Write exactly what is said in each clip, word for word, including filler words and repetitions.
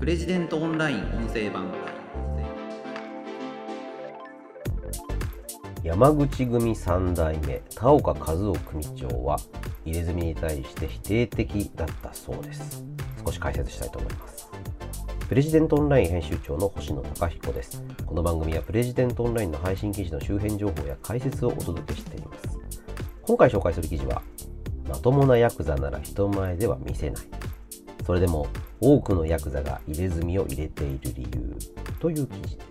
プレジデントオンライン音声版。 山口組さん代目田岡和夫組長は入れ墨に対して否定的だったそうです。少し解説したいと思います。プレジデントオンライン編集長の星野貴彦です。この番組はプレジデントオンラインの配信記事の周辺情報や解説をお届けしています。今回紹介する記事は、まともなヤクザなら人前では見せない、それでも多くのヤクザが入れ墨を入れている理由という記事です。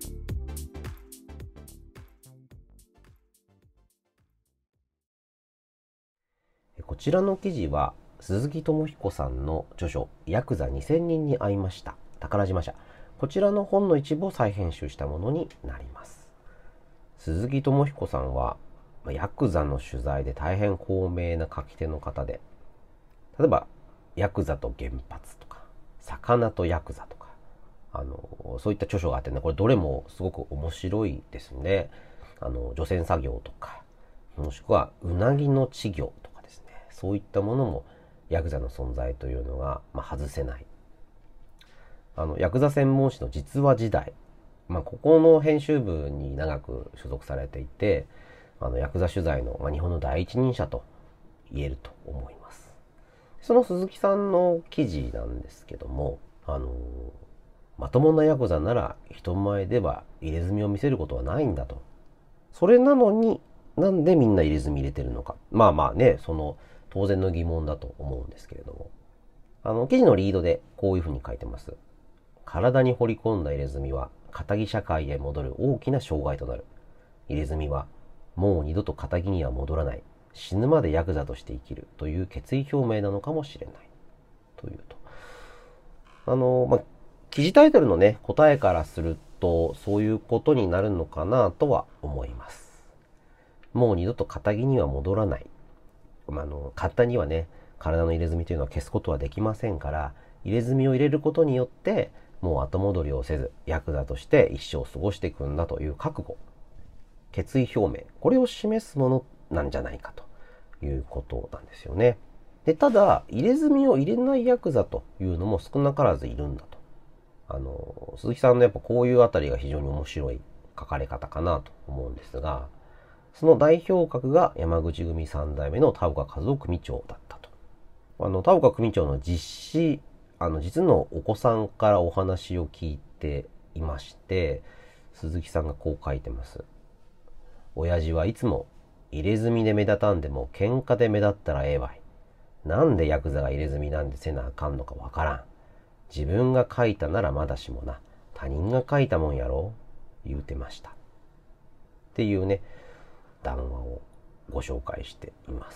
こちらの記事は鈴木智彦さんの著書ヤクザにせんにんに会いました宝島社、こちらの本の一部を再編集したものになります。鈴木智彦さんはヤクザの取材で大変高名な書き手の方で、例えばヤクザと原発とか魚とヤクザとか、あのそういった著書があってね、これどれもすごく面白いですね。あの除染作業とか、もしくはうなぎの稚魚とかですね、そういったものもヤクザの存在というのが、まあ、外せない。あのヤクザ専門誌の実話時代、まあ、ここの編集部に長く所属されていて、あのヤクザ取材の、まあ、日本の第一人者と言えると思います。その鈴木さんの記事なんですけども、あのまともなヤクザなら人前では入れ墨を見せることはないんだと。それなのになんでみんな入れ墨入れてるのか。まあまあね、その当然の疑問だと思うんですけれども、あの記事のリードでこういうふうに書いてます。体に彫り込んだ入れ墨は堅気社会へ戻る大きな障害となる。入れ墨はもう二度と堅気には戻らない、死ぬまでヤクザとして生きるという決意表明なのかもしれないというと、あのまあ記事タイトルのね答えからするとそういうことになるのかなとは思います。もう二度と堅気には戻らない、まあ、あの簡単にはね体の入れ墨というのは消すことはできませんから、入れ墨を入れることによってもう後戻りをせずヤクザとして一生過ごしていくんだという覚悟、決意表明、これを示すものなんじゃないかということなんですよね。で、ただ入れ墨を入れないヤクザというのも少なからずいるんだと。あの鈴木さんのやっぱこういうあたりが非常に面白い書かれ方かなと思うんですが、その代表格が山口組さん代目の田岡和夫組長だったと。あの田岡組長の実子、あの実のお子さんからお話を聞いていまして、鈴木さんがこう書いてます。親父はいつも入れ墨で目立たんでも喧嘩で目立ったらええわい。なんでヤクザが入れ墨なんでせなあかんのかわからん。自分が書いたならまだしもな、他人が書いたもんやろ言うてました。っていうね、談話をご紹介しています。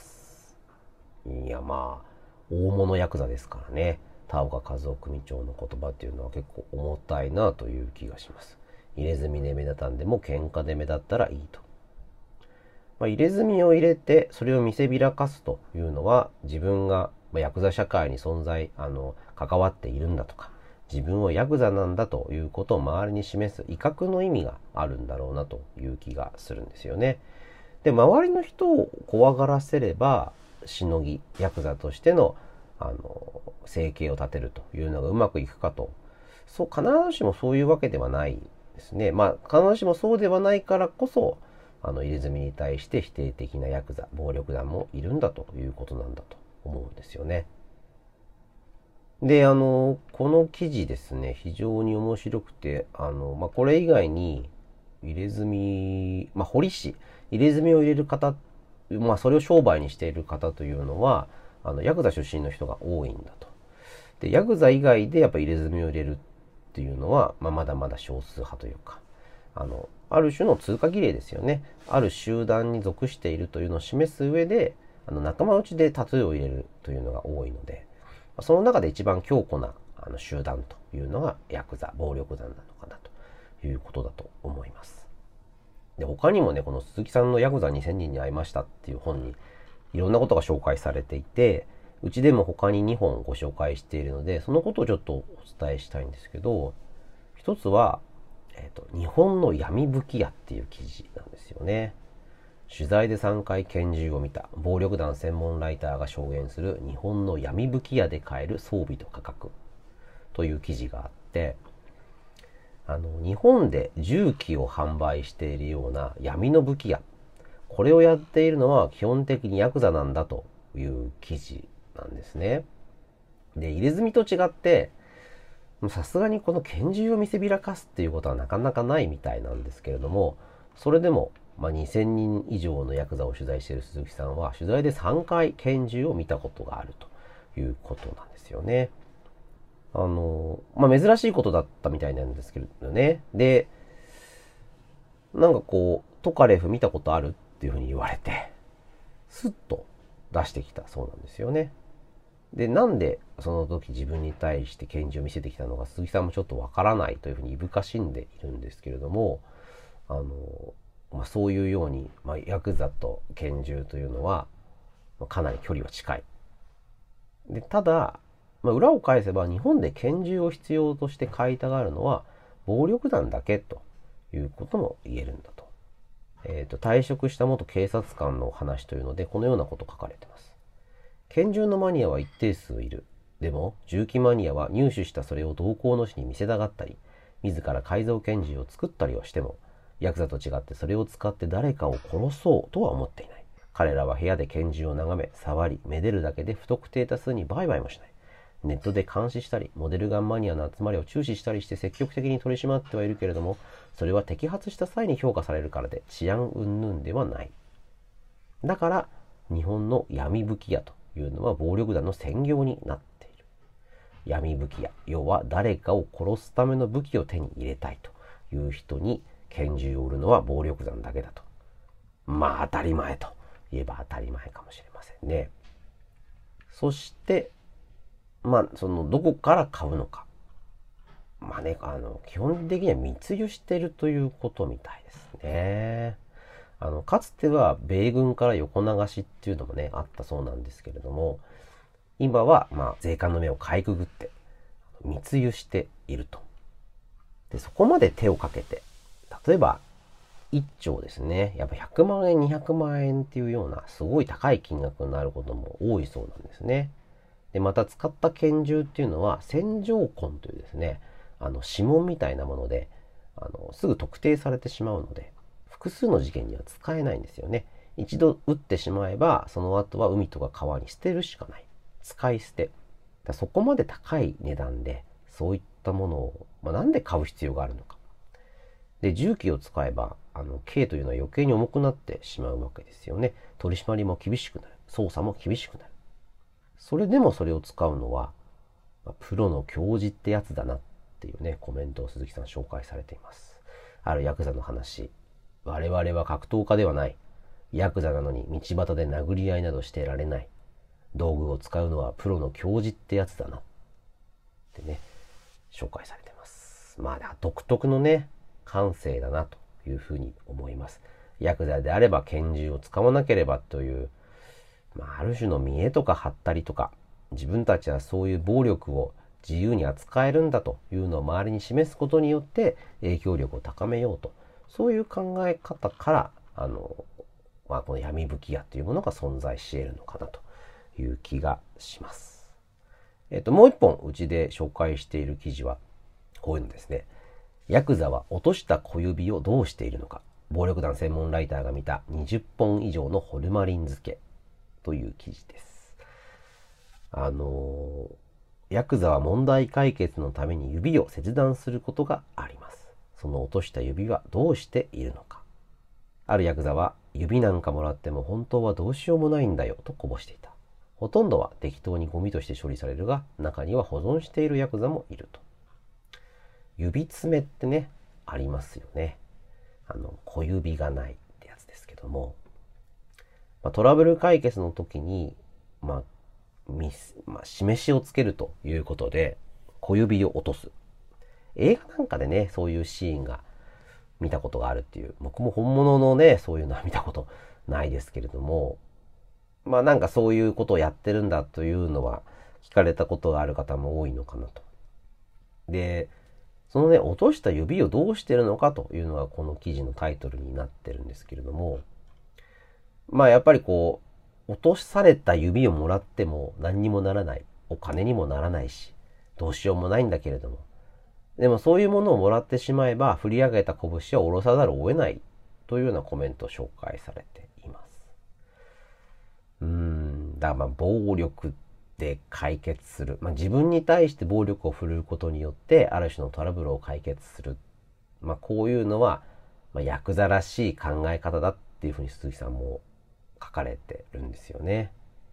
いやまあ、大物ヤクザですからね。田岡和夫組長の言葉っていうのは結構重たいなという気がします。入れ墨で目立たんでも喧嘩で目立ったらいいと。まあ、入れ墨を入れてそれを見せびらかすというのは、自分がヤクザ社会に存在あの関わっているんだとか、自分をヤクザなんだということを周りに示す威嚇の意味があるんだろうなという気がするんですよね。で、周りの人を怖がらせればしのぎヤクザとしてのあの生計を立てるというのがうまくいくかと、そう必ずしもそういうわけではないですね。まあ必ずしもそうではないからこそ、あの入れ墨に対して否定的なヤクザ、暴力団もいるんだということなんだと思うんですよね。で、あのこの記事ですね、非常に面白くて、あの、まあ、これ以外に入れ墨、まあ、彫り師、入れ墨を入れる方、まあ、それを商売にしている方というのは、あのヤクザ出身の人が多いんだと。で、ヤクザ以外でやっぱ入れ墨を入れるっていうのは、まあ、まだまだ少数派というか、あのある種の通過儀礼ですよね。ある集団に属しているというのを示す上で、あの仲間内でタトゥーを入れるというのが多いので、その中で一番強固なあの集団というのがヤクザ、暴力団なのかなということだと思います。で、他にもね、この鈴木さんのヤクザにせんにんに会いましたっていう本にいろんなことが紹介されていて、うちでも他ににほんご紹介しているので、そのことをちょっとお伝えしたいんですけど、一つは、えーと、日本の闇吹き屋っていう記事なんですよね。取材でさんかい拳銃を見た暴力団専門ライターが証言する日本の闇吹き屋で買える装備と価格。 という記事があって、あの日本で銃器を販売しているような闇の武器屋、これをやっているのは基本的にヤクザなんだという記事なんですね。で、入れ墨と違ってさすがにこの拳銃を見せびらかすっていうことはなかなかないみたいなんですけれども、それでも、まあ、にせんにん以上のヤクザを取材している鈴木さんは取材でさんかい拳銃を見たことがあるということなんですよね。あの、まあ、珍しいことだったみたいなんですけどね。で、なんかこう、トカレフ見たことあるっていうふうに言われて、スッと出してきたそうなんですよね。で、なんでその時自分に対して拳銃を見せてきたのか鈴木さんもちょっとわからないというふうにいぶかしんでいるんですけれども、あの、まあ、そういうように、まあ、ヤクザと拳銃というのは、まあ、かなり距離は近い。で、ただ、まあ、裏を返せば日本で拳銃を必要として買いたがるのは暴力団だけということも言えるんだと。えっと、退職した元警察官の話というのでこのようなこと書かれています。拳銃のマニアは一定数いる。でも銃器マニアは入手したそれを同行の士に見せたがったり、自ら改造拳銃を作ったりはしても、ヤクザと違ってそれを使って誰かを殺そうとは思っていない。彼らは部屋で拳銃を眺め、触り、めでるだけで不特定多数に売買もしない。ネットで監視したり、モデルガンマニアの集まりを注視したりして積極的に取り締まってはいるけれども、それは摘発した際に評価されるからで治安云々ではない。だから、日本の闇武器屋というのは暴力団の専業になっている。闇武器屋、要は誰かを殺すための武器を手に入れたいという人に拳銃を売るのは暴力団だけだと。まあ当たり前と言えば当たり前かもしれませんね。そして、まあ、その、どこから買うのか。まあね、あの、基本的には密輸してるということみたいですね。あの、かつては米軍から横流しっていうのもね、あったそうなんですけれども、今は、まあ、税関の目をかいくぐって、密輸していると。で、そこまで手をかけて、例えば、いっ丁ですね。やっぱひゃくまんえん、にひゃくまんえんっていうような、すごい高い金額になることも多いそうなんですね。で、また使った拳銃っていうのは線条痕というですね、あの指紋みたいなもので、あのすぐ特定されてしまうので、複数の事件には使えないんですよね。一度撃ってしまえば、その後は海とか川に捨てるしかない。使い捨て。だそこまで高い値段で、そういったものを、まあ、なんで買う必要があるのか。で、銃器を使えば、あの、刑というのは余計に重くなってしまうわけですよね。取り締まりも厳しくなる。捜査も厳しくなる。それでもそれを使うのは、プロの教授ってやつだなっていうね、コメントを鈴木さん紹介されています。あるヤクザの話。我々は格闘家ではない。ヤクザなのに道端で殴り合いなどしてられない。道具を使うのはプロの教授ってやつだな。ってね、紹介されています。まあ、独特のね、感性だなというふうに思います。ヤクザであれば拳銃を使わなければという、まあ、ある種の見栄とか張ったりとか、自分たちはそういう暴力を自由に扱えるんだというのを周りに示すことによって影響力を高めようと、そういう考え方から、あの、まあ、この闇武器屋というものが存在し得るのかなという気がします。えっと、もう一本うちで紹介している記事は、こういうのですね。ヤクザは落とした小指をどうしているのか。暴力団専門ライターが見たにじゅっぽん以上のホルマリン漬け。という記事です。あのヤクザは問題解決のために指を切断することがあります。その落とした指はどうしているのか。あるヤクザは指なんかもらっても本当はどうしようもないんだよとこぼしていた。ほとんどは適当にゴミとして処理されるが、中には保存しているヤクザもいると。指爪ってね、ありますよね。あの小指がないってやつですけども、まあ、トラブル解決の時に、まあミスまあ、示しをつけるということで小指を落とす。映画なんかでね、そういうシーンが見たことがあるっていう、僕も本物のね、そういうのは見たことないですけれども、まあなんかそういうことをやってるんだというのは聞かれたことがある方も多いのかなと。で、そのね、落とした指をどうしてるのかというのがこの記事のタイトルになってるんですけれども、まあやっぱりこう、落とされた指をもらっても何にもならない。お金にもならないし、 どうしようもないんだけれども、でもそういうものをもらってしまえば振り上げた拳は下ろさざるを得ないというようなコメントを紹介されています。うーん、だからまあ暴力で解決する、まあ、自分に対して暴力を振るうことによってある種のトラブルを解決する、まあ、こういうのは、まあ、ヤクザらしい考え方だっていうふうに鈴木さんも書かれてるんですよね。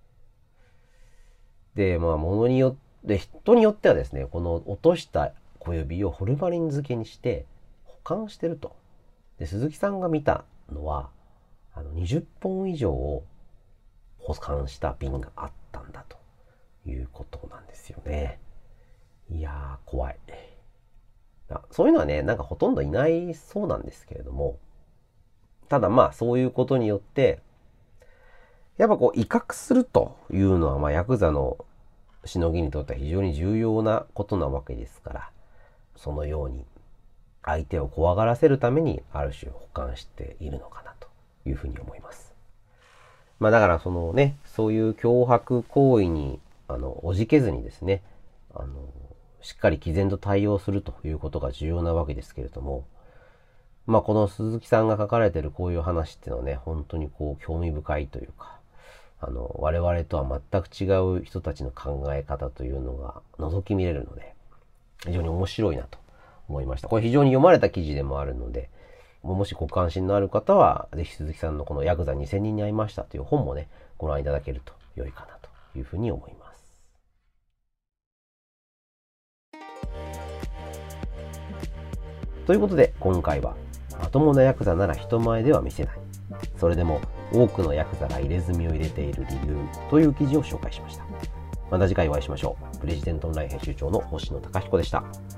で、まあものによって人によってはですね、この落とした小指をホルマリン漬けにして保管してると。で、鈴木さんが見たのはあのにじゅっぽん以上を保管した瓶があったんだということなんですよね。いやー怖い。そういうのはね、なんかほとんどいないそうなんですけれども、ただまあそういうことによってやっぱこう威嚇するというのはまあヤクザのしのぎにとっては非常に重要なことなわけですから、そのように相手を怖がらせるためにある種保管しているのかなというふうに思います。まあだからそのね、そういう脅迫行為にあのおじけずにですね、あのしっかり毅然と対応するということが重要なわけですけれども、まあこの鈴木さんが書かれているこういう話っていうのはね、本当にこう興味深いというか、あの我々とは全く違う人たちの考え方というのが覗き見れるので、非常に面白いなと思いました。これ非常に読まれた記事でもあるので、もしご関心のある方はぜひ鈴木さんのこのヤクザにせんにんに会いましたという本もね、ご覧いただけると良いかなというふうに思います。ということで今回はまともなヤクザなら人前では見せない、それでも多くのヤクザが入れ墨を入れている理由という記事を紹介しました。また次回お会いしましょう。プレジデントオンライン編集長の星野貴彦でした。